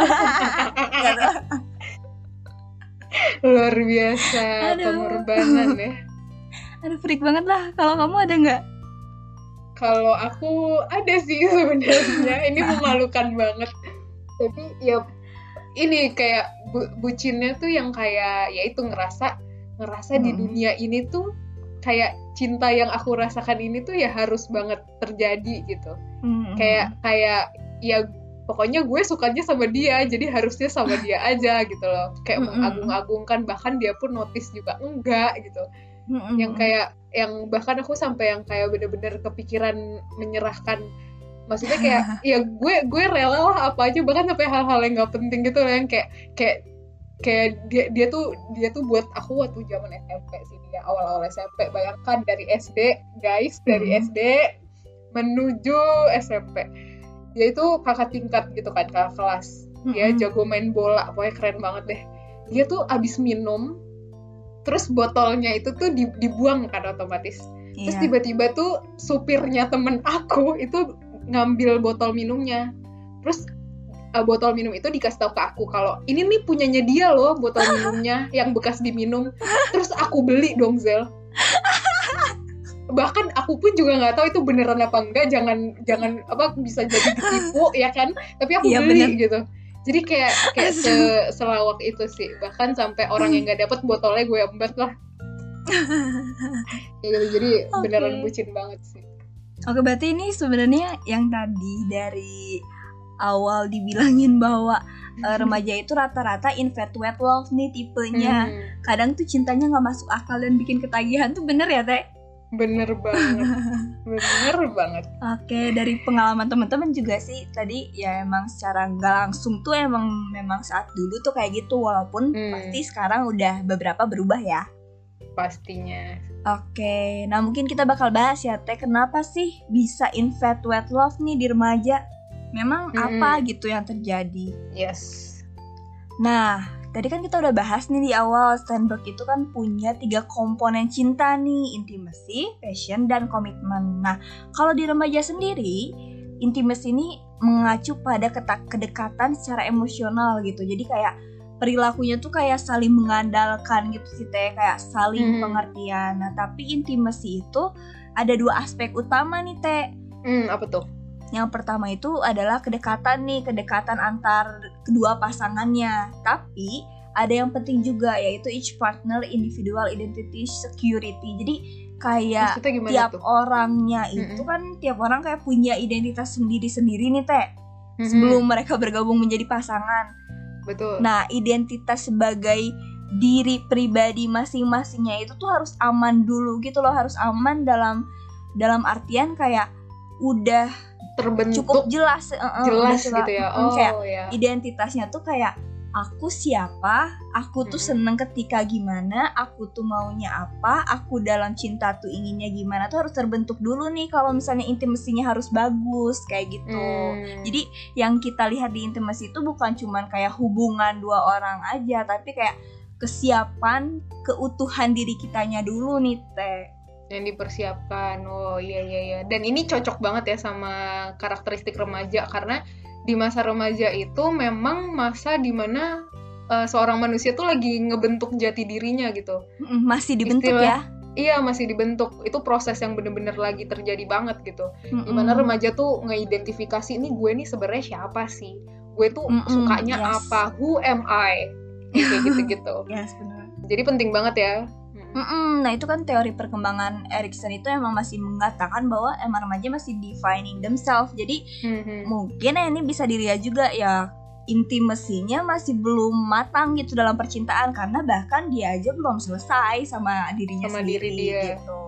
luar biasa. Aduh. Pengorbanan ya. Aduh, freak banget lah. Kalau kamu ada nggak? Kalau aku ada sih sebenarnya. Ini memalukan banget. Tapi ya ini kayak bu- bucinnya tuh yang kayak ya itu ngerasa ngerasa hmm. di dunia ini tuh kayak cinta yang aku rasakan ini tuh ya harus banget terjadi gitu. Hmm. Kayak kayak ya pokoknya gue sukanya sama dia, jadi harusnya sama dia aja gitu loh. Kayak mm-hmm. mengagung-agungkan, bahkan dia pun notice juga enggak gitu. Mm-hmm. Yang kayak yang bahkan aku sampai yang kayak bener-bener kepikiran menyerahkan. Maksudnya kayak ya gue gue rela lah apa aja, bahkan sampai hal-hal yang enggak penting gitu loh, yang kayak kayak kayak dia dia tuh dia tuh buat aku waktu zaman S M P sih, dia awal-awal S M P. Bayangkan dari S D, guys, dari mm-hmm. S D menuju S M P. Dia itu kakak tingkat gitu kan, kakak kelas. Dia mm-hmm. jago main bola, pokoknya keren banget deh. Dia tuh abis minum, terus botolnya itu tuh dibuang kan otomatis. Yeah. Terus tiba-tiba tuh supirnya temen aku itu ngambil botol minumnya. Terus uh, botol minum itu dikasih tahu ke aku kalau ini nih punyanya dia loh, botol minumnya yang bekas diminum. Terus aku beli dong Zel. Bahkan aku pun juga nggak tahu itu beneran apa enggak, jangan jangan apa bisa jadi ditipu ya kan, tapi aku ya, beli bener. Gitu. Jadi kayak kayak se- selawak itu sih, bahkan sampai orang yang nggak dapet botolnya gue embat lah. Ya, gitu. Jadi okay. Beneran bucin banget sih. Oke, berarti ini sebenarnya yang tadi dari awal dibilangin bahwa uh, remaja itu rata-rata infatuated love nih tipenya. Hmm. Kadang tuh cintanya nggak masuk akal dan bikin ketagihan tuh, bener ya Teh? Bener banget, bener banget. Oke, dari pengalaman teman-teman juga sih tadi ya emang secara nggak langsung tuh emang memang saat dulu tuh kayak gitu, walaupun hmm. pasti sekarang udah beberapa berubah ya. Pastinya. Oke, nah mungkin kita bakal bahas ya Teh, kenapa sih bisa infatuated love nih di remaja? Memang hmm. apa gitu yang terjadi? Yes. Nah, tadi kan kita udah bahas nih di awal, Steinberg itu kan punya tiga komponen cinta nih, intimacy, passion, dan komitmen. Nah, kalau di remaja sendiri, intimacy ini mengacu pada kedekatan secara emosional gitu. Jadi kayak perilakunya tuh kayak saling mengandalkan gitu sih Teh, kayak saling hmm. pengertian. Nah, tapi intimacy itu ada dua aspek utama nih Teh. Hmm, apa tuh? Yang pertama itu adalah kedekatan nih, kedekatan antar kedua pasangannya. Tapi ada yang penting juga, yaitu each partner individual identity security. Jadi kayak tiap tuh? orangnya itu Mm-mm. kan tiap orang kayak punya identitas sendiri-sendiri nih Teh. Mm-hmm. Sebelum mereka bergabung menjadi pasangan. Betul. Nah, identitas sebagai diri pribadi masing-masingnya itu tuh harus aman dulu gitu loh, harus aman dalam dalam artian kayak udah terbentuk cukup jelas, uh, jelas udah gitu ya. Oh, kayak ya. Identitasnya tuh kayak aku siapa, aku tuh hmm. seneng ketika gimana, aku tuh maunya apa, aku dalam cinta tuh inginnya gimana, tuh harus terbentuk dulu nih kalau misalnya intimasinya harus bagus kayak gitu. Hmm. Jadi yang kita lihat di intimasi itu bukan cuman kayak hubungan dua orang aja, tapi kayak kesiapan, keutuhan diri kitanya dulu nih Teh. Yang dipersiapkan. Oh iya iya iya. Dan ini cocok banget ya sama karakteristik remaja, karena di masa remaja itu memang masa dimana uh, seorang manusia tuh lagi ngebentuk jati dirinya gitu. Masih dibentuk Istilah, ya? Iya, masih dibentuk. Itu proses yang bener-bener lagi terjadi banget gitu. Mm-mm. Dimana remaja tuh ngeidentifikasi, ini gue nih sebenarnya siapa sih? Gue tuh Mm-mm, sukanya yes. apa? Who am I? Kayak gitu-gitu. Yes, benar. Jadi penting banget ya. Mm-mm. Nah itu kan teori perkembangan Erikson itu emang masih mengatakan bahwa emang remaja masih defining themselves. Jadi mm-hmm. mungkin ya ini bisa dilihat juga ya, intimasinya masih belum matang gitu dalam percintaan, karena bahkan dia aja belum selesai sama dirinya sama sendiri diri dia. Gitu.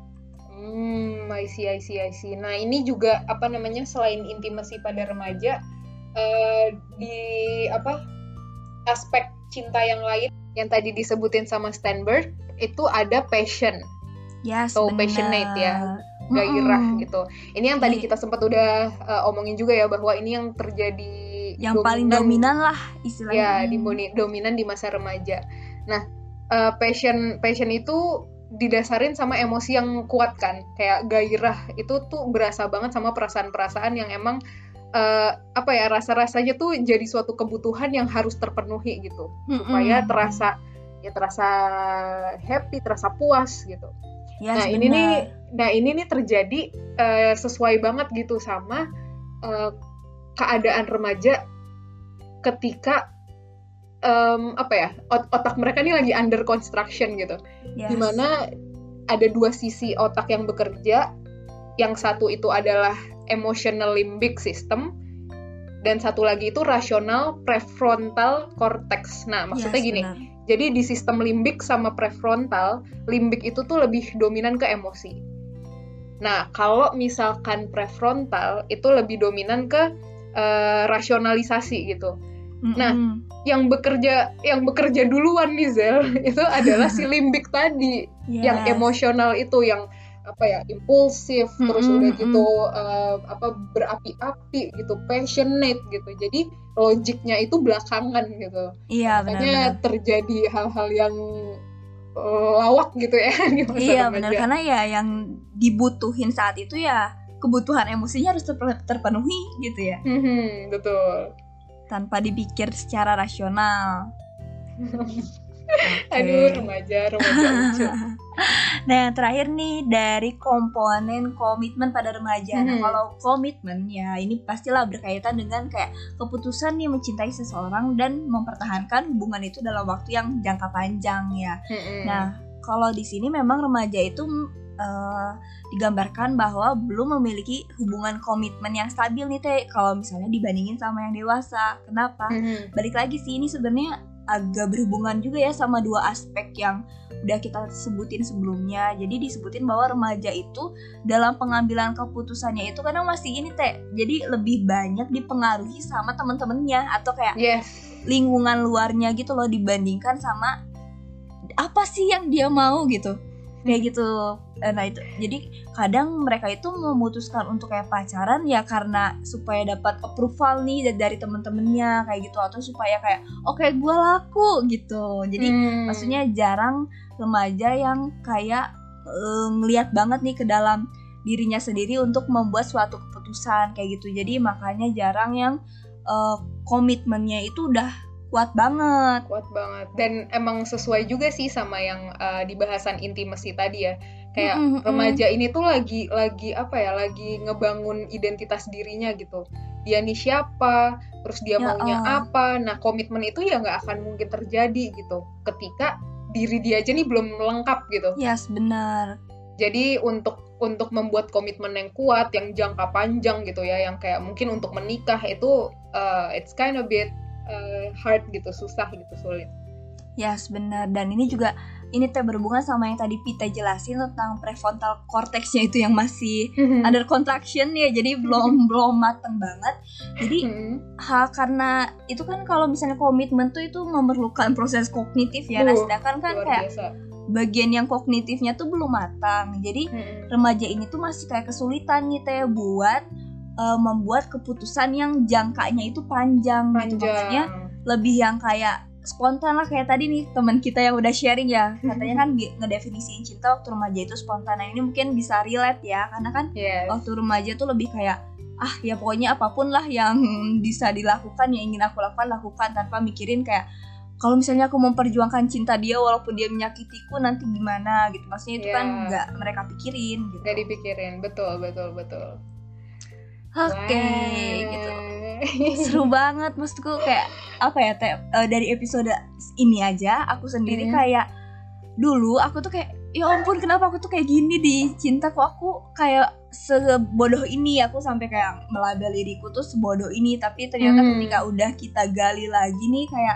Hmm, I see, I see, I see. Nah ini juga apa namanya, selain intimasi pada remaja, uh, di apa aspek cinta yang lain yang tadi disebutin sama Steinberg, itu ada passion, yes, atau passionate ya, gairah mm-hmm. gitu. Ini yang tadi kita sempat udah uh, omongin juga ya, bahwa ini yang terjadi yang dominan, paling dominan lah istilahnya. Ya, di, dominan di masa remaja. Nah, uh, passion passion itu didasarin sama emosi yang kuat kan, kayak gairah itu tuh berasa banget sama perasaan-perasaan yang emang uh, apa ya, rasa-rasanya tuh jadi suatu kebutuhan yang harus terpenuhi gitu, mm-hmm. supaya terasa ya terasa happy, terasa puas gitu. Yes, nah benar. ini nih, nah ini nih terjadi uh, sesuai banget gitu sama uh, keadaan remaja ketika um, apa ya, ot- otak mereka nih lagi under construction gitu, yes. dimana ada dua sisi otak yang bekerja. Yang satu itu adalah emotional limbic system, dan satu lagi itu rasional prefrontal cortex. Nah maksudnya yes, gini. Benar. Jadi di sistem limbik sama prefrontal, limbik itu tuh lebih dominan ke emosi. Nah, kalau misalkan prefrontal itu lebih dominan ke uh, rasionalisasi gitu. Mm-hmm. Nah, yang bekerja yang bekerja duluan nih Zel, itu adalah si limbik tadi, yes. yang emosional itu, yang apa ya, impulsif, mm-hmm. terus udah gitu uh, apa berapi-api gitu, passionate gitu. Jadi logiknya itu belakangan gitu. Iya, makanya benar-benar terjadi hal-hal yang uh, lawak gitu ya di masa iya remaja. Benar, karena ya yang dibutuhin saat itu ya kebutuhan emosinya harus terpenuhi gitu ya. Mm-hmm, betul. Tanpa dipikir secara rasional. Okay. Aduh, remaja, remaja lucu. Nah, yang terakhir nih dari komponen komitmen pada remaja. Mm-hmm. Nah, kalau komitmen ya ini pastilah berkaitan dengan kayak keputusan nih mencintai seseorang dan mempertahankan hubungan itu dalam waktu yang jangka panjang ya. Mm-hmm. Nah, kalau di sini memang remaja itu uh, digambarkan bahwa belum memiliki hubungan komitmen yang stabil nih Teh, kalau misalnya dibandingin sama yang dewasa. Kenapa? Mm-hmm. Balik lagi sih, ini sebenarnya agak berhubungan juga ya sama dua aspek yang udah kita sebutin sebelumnya. Jadi disebutin bahwa remaja itu dalam pengambilan keputusannya itu kadang masih ini Teh, jadi lebih banyak dipengaruhi sama teman-temannya atau kayak yes. lingkungan luarnya gitu loh, dibandingkan sama apa sih yang dia mau gitu. Kayak gitu. Nah itu, jadi kadang mereka itu memutuskan untuk kayak pacaran ya karena supaya dapat approval nih dari temen-temennya kayak gitu, atau supaya kayak oke okay, gue laku gitu. Jadi hmm. maksudnya jarang remaja yang kayak uh, ngelihat banget nih ke dalam dirinya sendiri untuk membuat suatu keputusan kayak gitu. Jadi makanya jarang yang uh, komitmennya itu udah kuat banget. Kuat banget. Dan emang sesuai juga sih sama yang uh, di bahasan intimacy tadi ya. Kayak mm-hmm. remaja ini tuh lagi lagi apa ya? Lagi ngebangun identitas dirinya gitu. Dia nih siapa? Terus dia ya, maunya uh. apa? Nah, komitmen itu ya nggak akan mungkin terjadi gitu. Ketika diri dia aja nih belum lengkap gitu. Yes, benar. Jadi untuk untuk membuat komitmen yang kuat, yang jangka panjang gitu ya, yang kayak mungkin untuk menikah itu uh, it's kind of bit Uh, hard gitu, susah gitu, sulit. Yes, benar. Dan ini juga ini teh berhubungan sama yang tadi Pita jelasin tentang prefrontal cortex-nya itu yang masih mm-hmm. under contraction ya, jadi belum belum matang banget. Jadi mm-hmm. ha, karena itu kan kalau misalnya komitmen tuh itu memerlukan proses kognitif ya. Uh, nah sedangkan kan kayak biasa. Bagian yang kognitifnya tuh belum matang. Jadi mm-hmm. remaja ini tuh masih kayak kesulitan nih teh buat Uh, membuat keputusan yang jangkanya itu panjang, panjang. Gitu. Maksudnya lebih yang kayak spontan lah, kayak tadi nih teman kita yang udah sharing ya, katanya kan ngedefinisiin cinta waktu remaja itu spontan. Nah ini mungkin bisa relate ya, karena kan yes. waktu remaja tuh lebih kayak ah ya pokoknya apapun lah yang bisa dilakukan, yang ingin aku lakukan lakukan tanpa mikirin kayak kalau misalnya aku memperjuangkan cinta dia walaupun dia menyakitiku nanti gimana gitu. Maksudnya itu yeah. kan nggak mereka pikirin gitu. Nggak dipikirin, betul betul betul. Oke, okay, wow. gitu. Seru banget, maksudku kayak apa ya, teh uh, dari episode ini aja aku sendiri mm. kayak dulu aku tuh kayak ya ampun kenapa aku tuh kayak gini di cinta, kok aku kayak sebodoh ini, aku sampai kayak melabel diriku tuh sebodoh ini. Tapi ternyata mm. ketika udah kita gali lagi nih kayak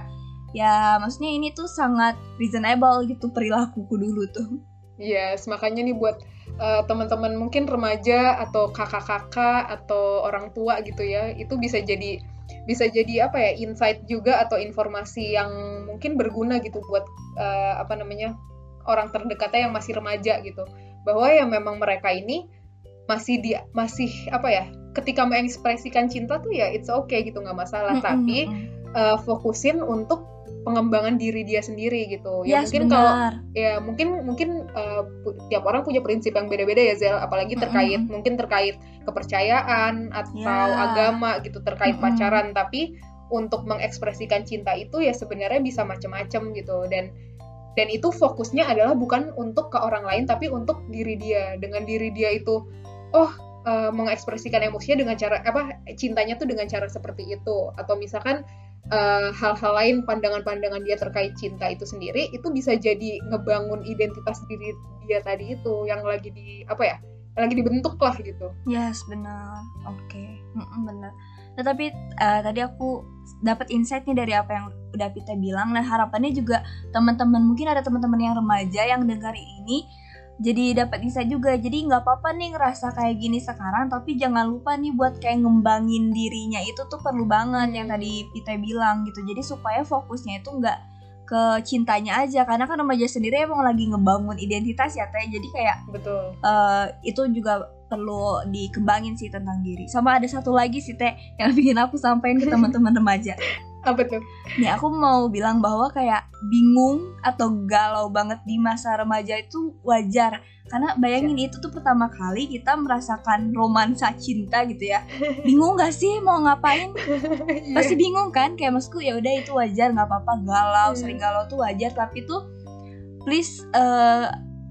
ya maksudnya ini tuh sangat reasonable gitu perilakuku dulu tuh. Yes, makanya nih buat uh, teman-teman mungkin remaja atau kakak-kakak atau orang tua gitu ya, itu bisa jadi bisa jadi apa ya, insight juga atau informasi yang mungkin berguna gitu buat uh, apa namanya orang terdekatnya yang masih remaja gitu, bahwa ya memang mereka ini masih di masih apa ya, ketika mengekspresikan cinta tuh ya it's okay gitu, nggak masalah, mm-hmm. tapi uh, fokusin untuk pengembangan diri dia sendiri gitu. Ya yes, mungkin benar. kalau ya mungkin mungkin uh, tiap orang punya prinsip yang beda-beda ya Zel, apalagi terkait mm-hmm. mungkin terkait kepercayaan atau yeah. agama gitu, terkait mm-hmm. pacaran, tapi untuk mengekspresikan cinta itu ya sebenarnya bisa macam-macam gitu, dan dan itu fokusnya adalah bukan untuk ke orang lain tapi untuk diri dia. Dengan diri dia itu oh uh, mengekspresikan emosinya dengan cara apa, cintanya tuh dengan cara seperti itu, atau misalkan Uh, hal-hal lain, pandangan-pandangan dia terkait cinta itu sendiri, itu bisa jadi ngebangun identitas diri dia tadi itu yang lagi di apa ya, yang lagi dibentuk lah gitu. Yes, benar. Oke, okay. benar. Nah, tapi uh, tadi aku dapat insight nih dari apa yang udah Pita bilang. Nah harapannya juga teman-teman, mungkin ada teman-teman yang remaja yang dengar ini jadi dapat insight juga. Jadi nggak apa-apa nih ngerasa kayak gini sekarang, tapi jangan lupa nih buat kayak ngembangin dirinya itu tuh perlu banget yang tadi Pita bilang gitu. Jadi supaya fokusnya itu nggak ke cintanya aja, karena kan remaja sendiri emang lagi ngebangun identitas ya Teh. Jadi kayak betul. Uh, itu juga perlu dikembangin sih tentang diri. Sama ada satu lagi sih Teh yang bikin aku sampein ke teman-teman remaja. Apa tuh? Nih aku mau bilang bahwa kayak bingung atau galau banget di masa remaja itu wajar. Karena bayangin ya. Itu tuh pertama kali kita merasakan romansa cinta gitu ya. Bingung gak sih mau ngapain? Pasti bingung kan? Kayak maksudku ya udah itu wajar, gak apa-apa galau, sering galau tuh wajar. Tapi tuh please uh,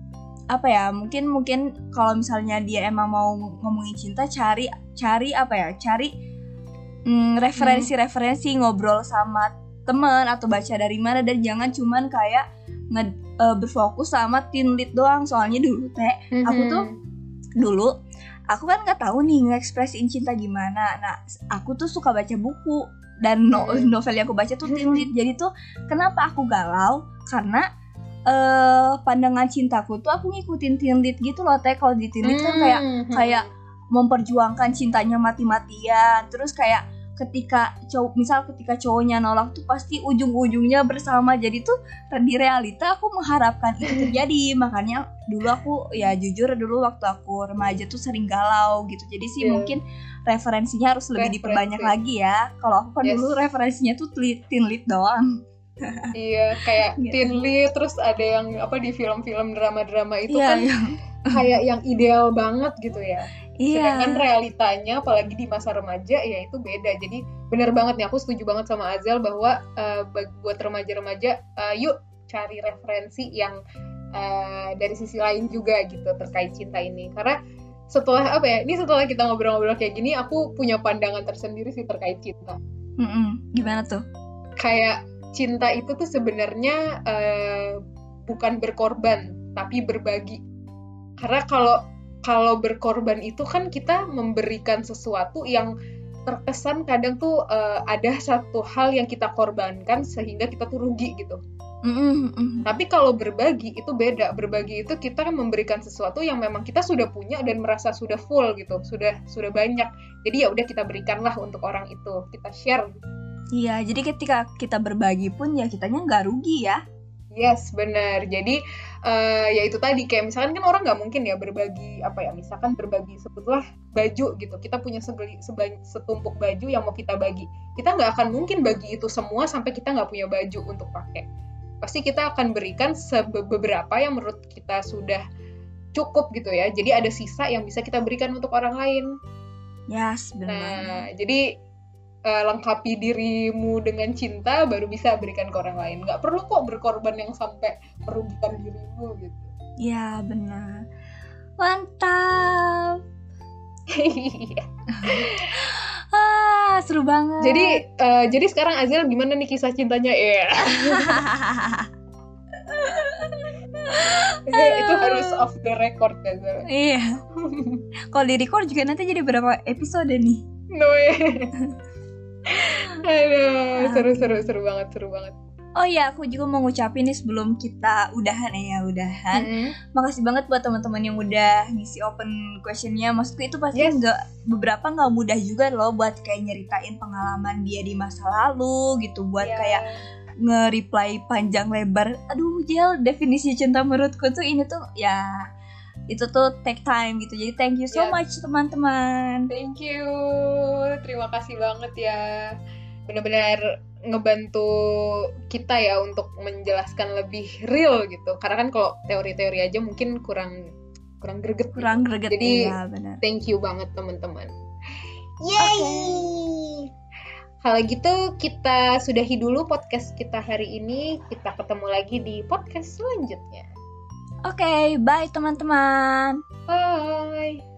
apa ya, mungkin mungkin kalau misalnya dia emang mau ngomongin cinta, cari cari apa ya? Cari Hmm, referensi-referensi, ngobrol sama teman atau baca dari mana, dan jangan cuman kayak nge, uh, berfokus sama teen lead doang. Soalnya dulu teh mm-hmm. aku tuh dulu aku kan nggak tahu nih ngekspresiin cinta gimana. Nah aku tuh suka baca buku dan no, mm-hmm. novel yang aku baca tuh teen lead. Jadi tuh kenapa aku galau, karena uh, pandangan cintaku tuh aku ngikutin teen lead gitu loh teh. Kalau di teen lead kan kayak mm-hmm. kayak memperjuangkan cintanya mati-matian, terus kayak ketika cowok, misal ketika cowoknya nolak tuh pasti ujung-ujungnya bersama. Jadi tuh di realita aku mengharapkan itu terjadi. Makanya dulu aku ya jujur dulu waktu aku remaja tuh sering galau gitu. Jadi sih yeah. mungkin referensinya harus lebih Referensi. diperbanyak lagi ya. Kalau aku kan yes. dulu referensinya tuh teen lead doang. Iya, kayak gitu. Teen lead, terus ada yang apa di film-film drama-drama itu yeah, kan yeah. kayak yang ideal banget gitu ya. Iya. Sedangkan realitanya apalagi di masa remaja ya itu beda. Jadi benar banget nih, aku setuju banget sama Azel bahwa uh, buat remaja-remaja uh, yuk cari referensi yang uh, dari sisi lain juga gitu terkait cinta ini. Karena setelah apa ya, ini setelah kita ngobrol-ngobrol kayak gini, aku punya pandangan tersendiri sih terkait cinta. Mm-mm. Gimana tuh? Kayak cinta itu tuh sebenarnya uh, bukan berkorban tapi berbagi. Karena kalau Kalau berkorban itu kan kita memberikan sesuatu yang terkesan kadang tuh uh, ada satu hal yang kita korbankan sehingga kita tuh rugi gitu. Mm-hmm. Tapi kalau berbagi itu beda. Berbagi itu kita memberikan sesuatu yang memang kita sudah punya dan merasa sudah full gitu, sudah sudah banyak. Jadi ya udah kita berikanlah untuk orang itu, kita share. Iya, jadi ketika kita berbagi pun ya kitanya nggak rugi ya. Yes, benar. Jadi uh, ya itu tadi, kayak misalkan kan orang nggak mungkin ya berbagi apa ya, misalkan berbagi sebutlah baju gitu. Kita punya segeli, seba, setumpuk baju yang mau kita bagi. Kita nggak akan mungkin bagi itu semua sampai kita nggak punya baju untuk pakai. Pasti kita akan berikan sebe- beberapa yang menurut kita sudah cukup gitu ya. Jadi ada sisa yang bisa kita berikan untuk orang lain. Yes, benar. Nah, jadi Uh, lengkapi dirimu dengan cinta baru bisa berikan ke orang lain. Nggak perlu kok berkorban yang sampai merugikan dirimu gitu. Ya benar. Mantap. Iya. Ah, seru banget. Jadi uh, jadi sekarang Azel gimana nih kisah cintanya? Ya. Yeah. Itu harus off the record ya Azel. Iya. Kalau di record juga nanti jadi berapa episode nih? No way. Aduh, seru-seru seru banget, seru banget. Oh iya, aku juga mau ngucapin nih sebelum kita udahan ya, udahan. Mm-hmm. Makasih banget buat teman-teman yang udah ngisi open questionnya. Maksudku itu pasti yes. nggak beberapa nggak mudah juga loh buat kayak nyeritain pengalaman dia di masa lalu gitu, buat yeah. kayak nge-reply panjang lebar. Aduh, Jel, definisi cinta menurutku tuh ini tuh ya itu tuh take time gitu. Jadi thank you so yes. much teman-teman. Thank you. Terima kasih banget ya. Benar-benar ngebantu kita ya untuk menjelaskan lebih real gitu. Karena kan kalau teori-teori aja mungkin kurang kurang greget. Kurang greget. Jadi ya, benar. Thank you banget teman-teman. Yay. Okay. Kalau gitu kita sudahi dulu podcast kita hari ini. Kita ketemu lagi di podcast selanjutnya. Oke, okay, bye teman-teman. Bye.